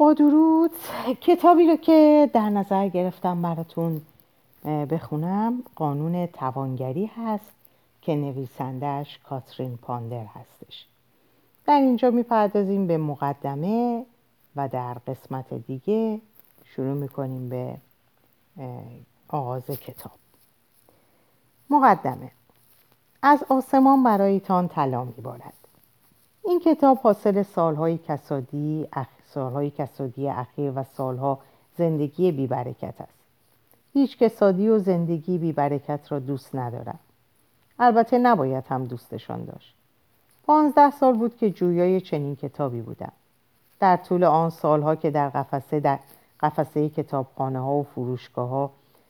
با درود. کتابی رو که در نظر گرفتم براتون بخونم قانون توانگری هست که نویسندش کاترین پاندر هستش. در اینجا میپردازیم به مقدمه و در قسمت دیگه شروع میکنیم به آغاز کتاب. مقدمه: از آسمان برایتان طلا میبارد. این کتاب حاصل سالهای کسادی اخیر و سالها زندگی بی‌برکت است. هیچ کسادی و زندگی بی‌برکت را دوست ندارم. البته نباید هم دوستشان داشت. 15 سال بود که جویای چنین کتابی بودم. در طول آن سالها که در قفسه کتابخانه ها و فروشگاه ها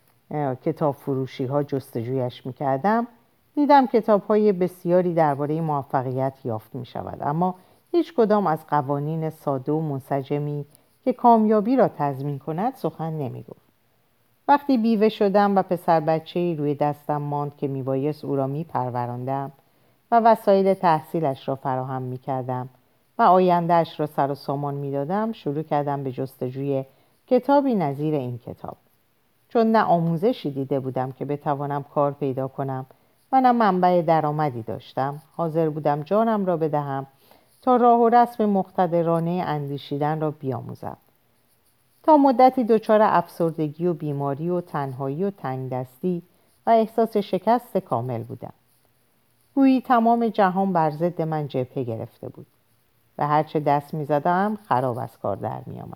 کتاب فروشی ها جستجویش میکردم، دیدم کتاب های بسیاری درباره موفقیت یافت می شود، اما هیچ کدام از قوانین ساده و منسجمی که کامیابی را تضمین کند سخن نمی گفت. وقتی بیوه شدم و پسر بچه‌ای روی دستم ماند که میبایست او را میپروراندم و وسایل تحصیلش را فراهم میکردم و آیندهش را سر و سامان میدادم، شروع کردم به جستجوی کتابی نظیر این کتاب. چون نه آموزشی دیده بودم که بتوانم کار پیدا کنم و نه منبع درآمدی داشتم، حاضر بودم جانم را بدهم تا راه و رسم مقتدرانه اندیشیدن را بیاموزم. تا مدتی دچار افسردگی و بیماری و تنهایی و تنگدستی و احساس شکست کامل بودم. گویی تمام جهان بر ضد من جبهه گرفته بود و هرچه دست می زدم خراب از کار در می آمد.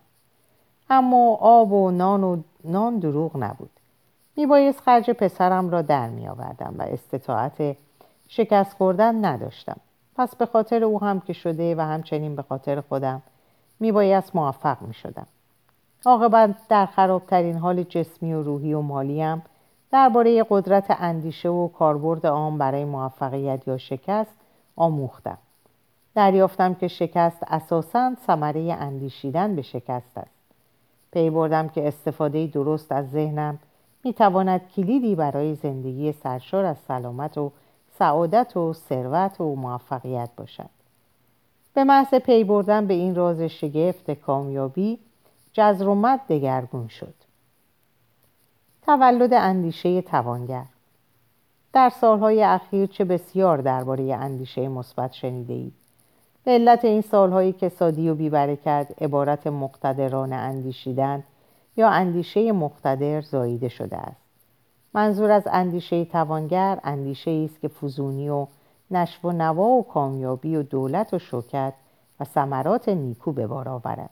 اما آب و نان دروغ نبود. میبایست خرج پسرم را در می آوردم و استطاعت شکست خوردن نداشتم. پس به خاطر او هم که شده و همچنین به خاطر خودم میبایست موفق می شدم. عاقبت در خرابترین حال جسمی و روحی و مالیم درباره قدرت اندیشه و کاربرد آن برای موفقیت یا شکست آموختم. دریافتم که شکست اساساً ثمره اندیشیدن به شکست است. پی بردم که استفاده درست از ذهنم میتواند کلیدی برای زندگی سرشار از سلامت و سعادت و ثروت و موفقیت باشد. به محض پی بردن به این راز شگفت کامیابی، جذر و مد دگرگون شد. تولد اندیشه توانگر. در سالهای اخیر چه بسیار درباره اندیشه مثبت شنیده اید. به علت این سالهای کسادی و بی‌برکت، عبارت مقتدرانه اندیشیدن یا اندیشه مقتدر زاییده شده است. منظور از اندیشه توانگر اندیشه است که فزونی و نشو و نوا و کامیابی و دولت و شوکت و ثمرات نیکو به بار آورد.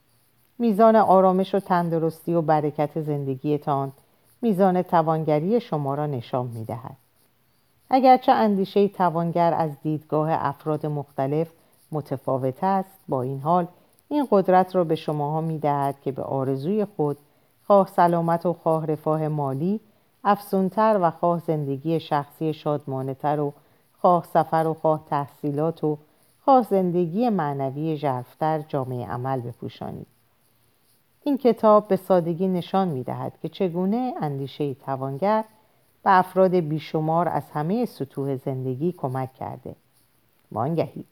میزان آرامش و تندرستی و برکت زندگیتان میزان توانگری شما را نشان می‌دهد. اگرچه اندیشه توانگر از دیدگاه افراد مختلف متفاوت است، با این حال این قدرت را به شماها می‌دهد که به آرزوی خود، خواه سلامت و خواه رفاه مالی افزونتر و خواه زندگی شخصی شادمانه‌تر و خواه سفر و خواه تحصیلات و خواه زندگی معنوی ژرف‌تر جامه عمل بپوشانید. این کتاب به سادگی نشان می‌دهد که چگونه اندیشه توانگر به افراد بیشمار از همه سطوح زندگی کمک کرده. وانگهی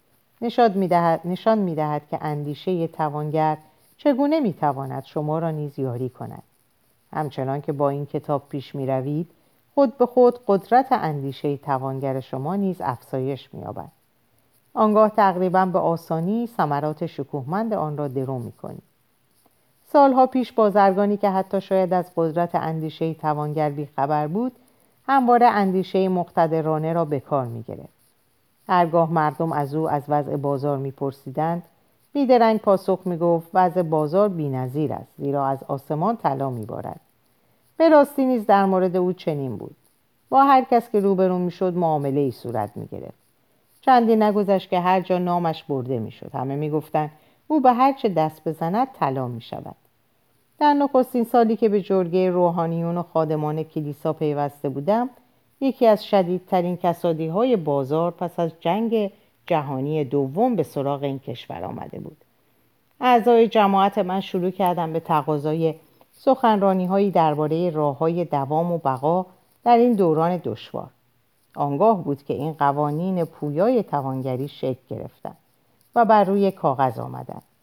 نشان می‌دهد که اندیشه توانگر چگونه می‌تواند شما را نیز یاری کند. همچنان که با این کتاب پیش می‌روید، خود به خود قدرت اندیشه توانگر شما نیز افزایش می‌یابد. آنگاه تقریباً به آسانی ثمرات شکوهمند آن را درو می‌کنید. سالها پیش بازرگانی که حتی شاید از قدرت اندیشه توانگر بی‌خبر بود، همواره اندیشه مقتدرانه را به کار می‌گرفت. هرگاه مردم از او از وضع بازار می‌پرسیدند، بیدرنگ پاسخ می‌گفت وضع بازار بی‌نظیر است، زیرا از آسمان طلا می‌بارد. به راستی نیز در مورد او چنین بود. با هر کس که روبرو می‌شد معامله‌ای صورت می‌گرفت. چندی نگذشت که هر جا نامش برده می‌شد، همه می‌گفتند او به هر چه دست بزند طلا می‌شود. در نخستین سالی که به جرگه روحانیون و خادمان کلیسا پیوسته بودم، یکی از شدیدترین کسادی‌های بازار پس از جنگ جهانی دوم به سراغ این کشور آمده بود. اعضای جماعت من شروع کردند به تقاضای سخنرانی‌هایی درباره راه‌های دوام و بقا در این دوران دشوار. آنگاه بود که این قوانین پویای توانگری شکل گرفتند و بر روی کاغذ آمدند.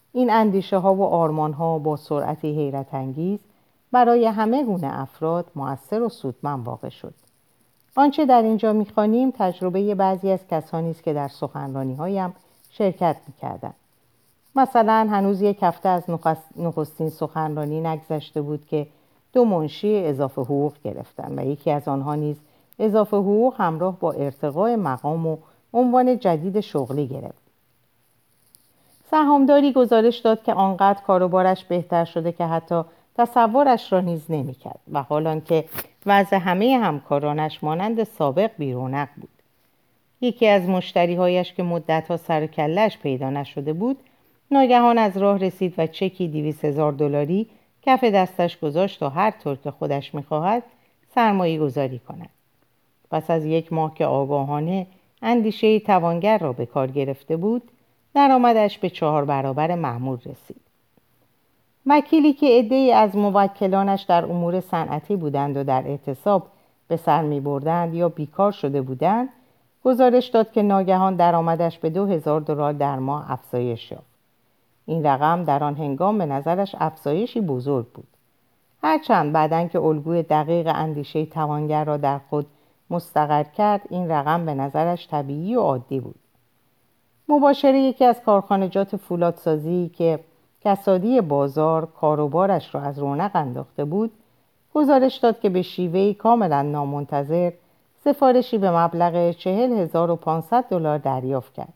این اندیشه ها و آرمان ها با سرعتی حیرت انگیز برای همه گونه افراد مؤثر و سودمند واقع شد. آنچه در اینجا می‌خوانیم تجربه بعضی از کسانی است که در سخنرانی‌هایم شرکت می‌کردند. مثلا هنوز یک هفته از نخستین سخنرانی نگذشته بود که 2 منشی اضافه حقوق گرفتند و یکی از آنها نیز اضافه حقوق همراه با ارتقاء مقام و عنوان جدید شغلی گرفت. سهامداری گزارش داد که آنقدر کار و بارش بهتر شده که حتی تصورش را نیز نمی‌کرد و حالان که وضع همه همکارانش مانند سابق بی‌رونق بود. یکی از مشتری‌هایش که مدت‌ها سر و کله‌اش پیدا نشده بود ناگهان از راه رسید و چکی $200,000 کف دستش گذاشت تا هر طور که خودش می‌خواهد سرمایه گذاری کند. پس از 1 ماه که آگاهانه اندیشه توانگر را به کار گرفته بود درآمدش به 4 برابر معمول رسید. وکیلی که عده‌ای از موکلانش در امور صنعتی بودند و در اعتصاب به سر می‌بردند یا بیکار شده بودند گزارش داد که ناگهان درآمدش به $2,000 در ماه افزایش یافت. این رقم در آن هنگام به نظرش افزایشی بزرگ بود. هرچند بعداً که الگوی دقیق اندیشه توانگر را در خود مستقر کرد این رقم به نظرش طبیعی و عادی بود. مباشره یکی از کارخانجات فولادسازی که کسادی بازار کاروبارش را از رونق انداخته بود گزارش داد که به شیوهی کاملا نامنتظر سفارشی به مبلغ $4,500 دریافت کرد.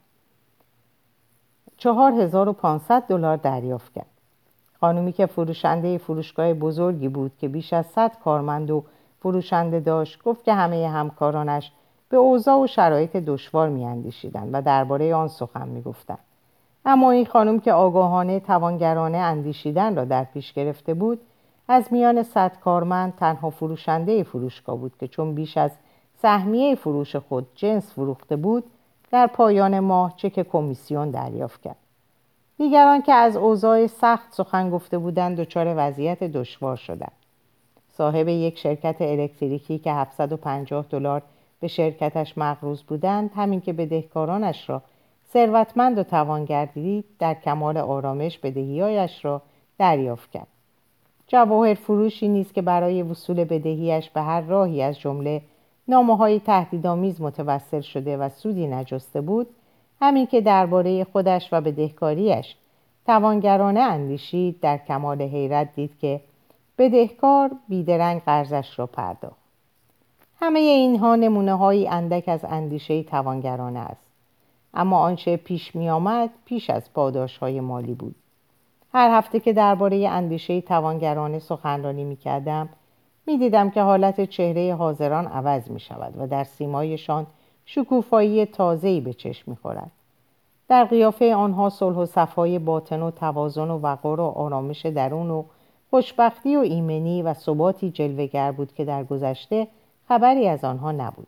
$4,500 دریافت کرد. خانومی که فروشنده فروشگاه بزرگی بود که بیش از 100 کارمند و فروشنده داشت گفت که همه همکارانش به اوضاع و شرایط دشوار می‌اندیشیدند و درباره آن سخن می‌گفتند. اما این خانم که آگاهانه توانگرانه اندیشیدن را در پیش گرفته بود از میان 100 کارمند تنها فروشنده فروشگاه بود که چون بیش از سهمیه فروش خود جنس فروخته بود در پایان ماه چک کمیسیون دریافت کرد. دیگران که از اوضاع سخت سخن گفته بودند دچار وضعیت دشوار شدند. صاحب یک شرکت الکتریکی که $750 به شرکتش مقروض بودند همین که بدهکارانش را ثروتمند و توانگر دید در کمال آرامش بدهی‌هایش را دریافت کرد. جواهر فروشی نیز که برای وصول بدهیش به هر راهی از جمله نامه‌های تهدیدآمیز متوسل شده و سودی نجسته بود همین که درباره خودش و بدهکاریش توانگرانه اندیشید در کمال حیرت دید که بدهکار بیدرنگ قرضش را پرداخت. همه اینها نمونه‌هایی اندک از اندیشه توانگرانه است. اما آنچه پیش می آمد پیش از پاداش‌های مالی بود. هر هفته که درباره اندیشه توانگرانه سخنرانی می کردم می دیدم که حالت چهره حاضران عوض می شود و در سیمایشان شکوفایی تازه‌ای به چشم می خورد. در قیافه آنها صلح و صفای باطن و توازن و وقار و آرامش درون و خوشبختی و ایمنی و ثباتی جلوه‌گر بود که در گذشته خبری از آنها نبود.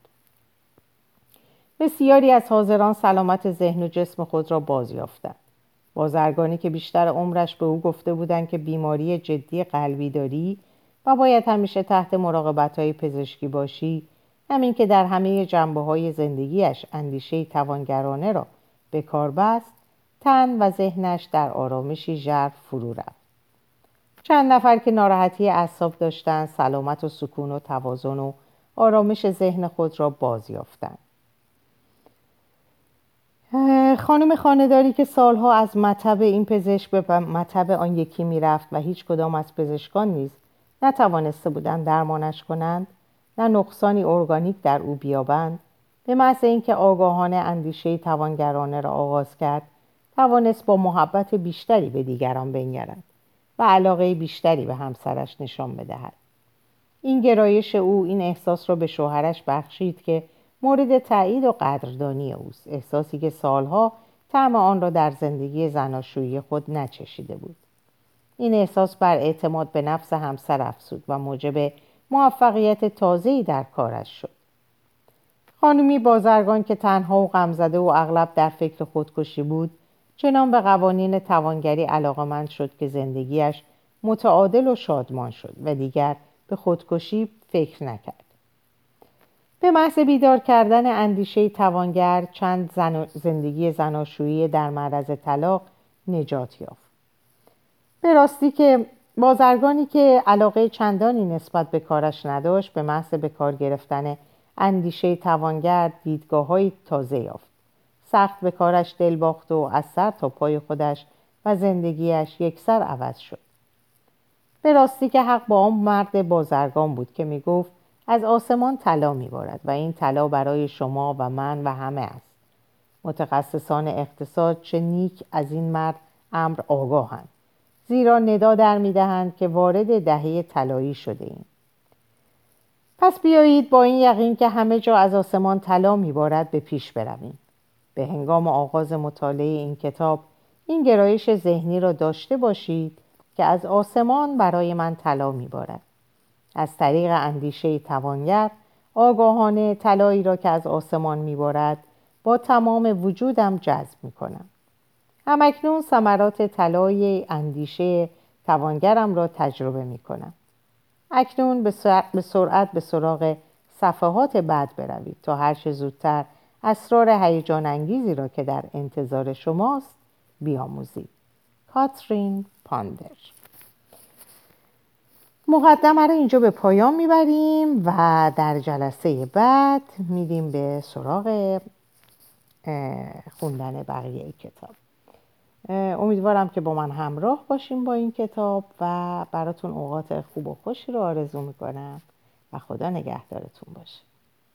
بسیاری از حاضران سلامت ذهن و جسم خود را بازیافتند. بازرگانی که بیشتر عمرش به او گفته بودند که بیماری جدی قلبی داری و باید همیشه تحت مراقبت‌های پزشکی باشی، همین که در همه جنبه‌های زندگیش اندیشه توانگرانه را به کار بست، تن و ذهنش در آرامشی ژرف فرو رفت. چند نفر که ناراحتی اعصاب داشتند، سلامت و سکون و توازن و آرامش ذهن خود را بازیافتند. خانم خانه‌داری که سالها از مطب این پزشک به مطب آن یکی می‌رفت و هیچ کدام از پزشکان نیز نتوانسته بودند درمانش کنند، نه نقصانی ارگانیک در او بیابند، به محض اینکه آگاهانه اندیشه توانگرانه را آغاز کرد، توانست با محبت بیشتری به دیگران بنگرد و علاقه بیشتری به همسرش نشان بدهد. این گرایش او این احساس را به شوهرش بخشید که مورد تایید و قدردانی اوست، احساسی که سالها طعم آن را در زندگی زناشویی خود نچشیده بود. این احساس بر اعتماد به نفس همسر افزود و موجب موفقیت تازه‌ای در کارش شد. خانمی بازرگان که تنها و غمزده و اغلب در فکر خودکشی بود، چنان به قوانین توانگری علاقه‌مند شد که زندگیش متعادل و شادمان شد و دیگر به خودکشی فکر نکرد. به محض بیدار کردن اندیشه توانگر چند زندگی زناشویی در معرض طلاق نجات یافت. به راستی که بازرگانی که علاقه چندانی نسبت به کارش نداشت، به محض به کار گرفتن اندیشه توانگر دیدگاه‌های تازه یافت. سخت به کارش دل باخت و از سر تا پای خودش و زندگیش یکسر عوض شد. به راستی که حق با آن مرد بازرگان بود که می گفت از آسمان طلا میبارد و این طلا برای شما و من و همه است. متخصصان اقتصاد چه نیک از این مرد امر آگاهند، زیرا ندا در می‌دهند که وارد دهه طلایی شده ایم. پس بیایید با این یقین که همه جا از آسمان طلا میبارد به پیش برویم. به هنگام آغاز مطالعه این کتاب این گرایش ذهنی را داشته باشید که از آسمان برای من طلا میبارد. از طریق اندیشه توانگر آگاهانه طلایی را که از آسمان میبارد با تمام وجودم جذب میکنم. همکنون ثمرات طلای اندیشه توانگرم را تجربه میکنم. اکنون به سرعت به سراغ صفحات بعد بروید تا هر چه زودتر اسرار هیجان انگیزی را که در انتظار شماست بیاموزید. کاترین پاندر. مقدمه رو اینجا به پایان میبریم و در جلسه بعد میریم به سراغ خوندن بقیه کتاب. امیدوارم که با من همراه باشیم با این کتاب و براتون اوقات خوب و خوشی رو آرزو میکنم و خدا نگهدارتون باشه.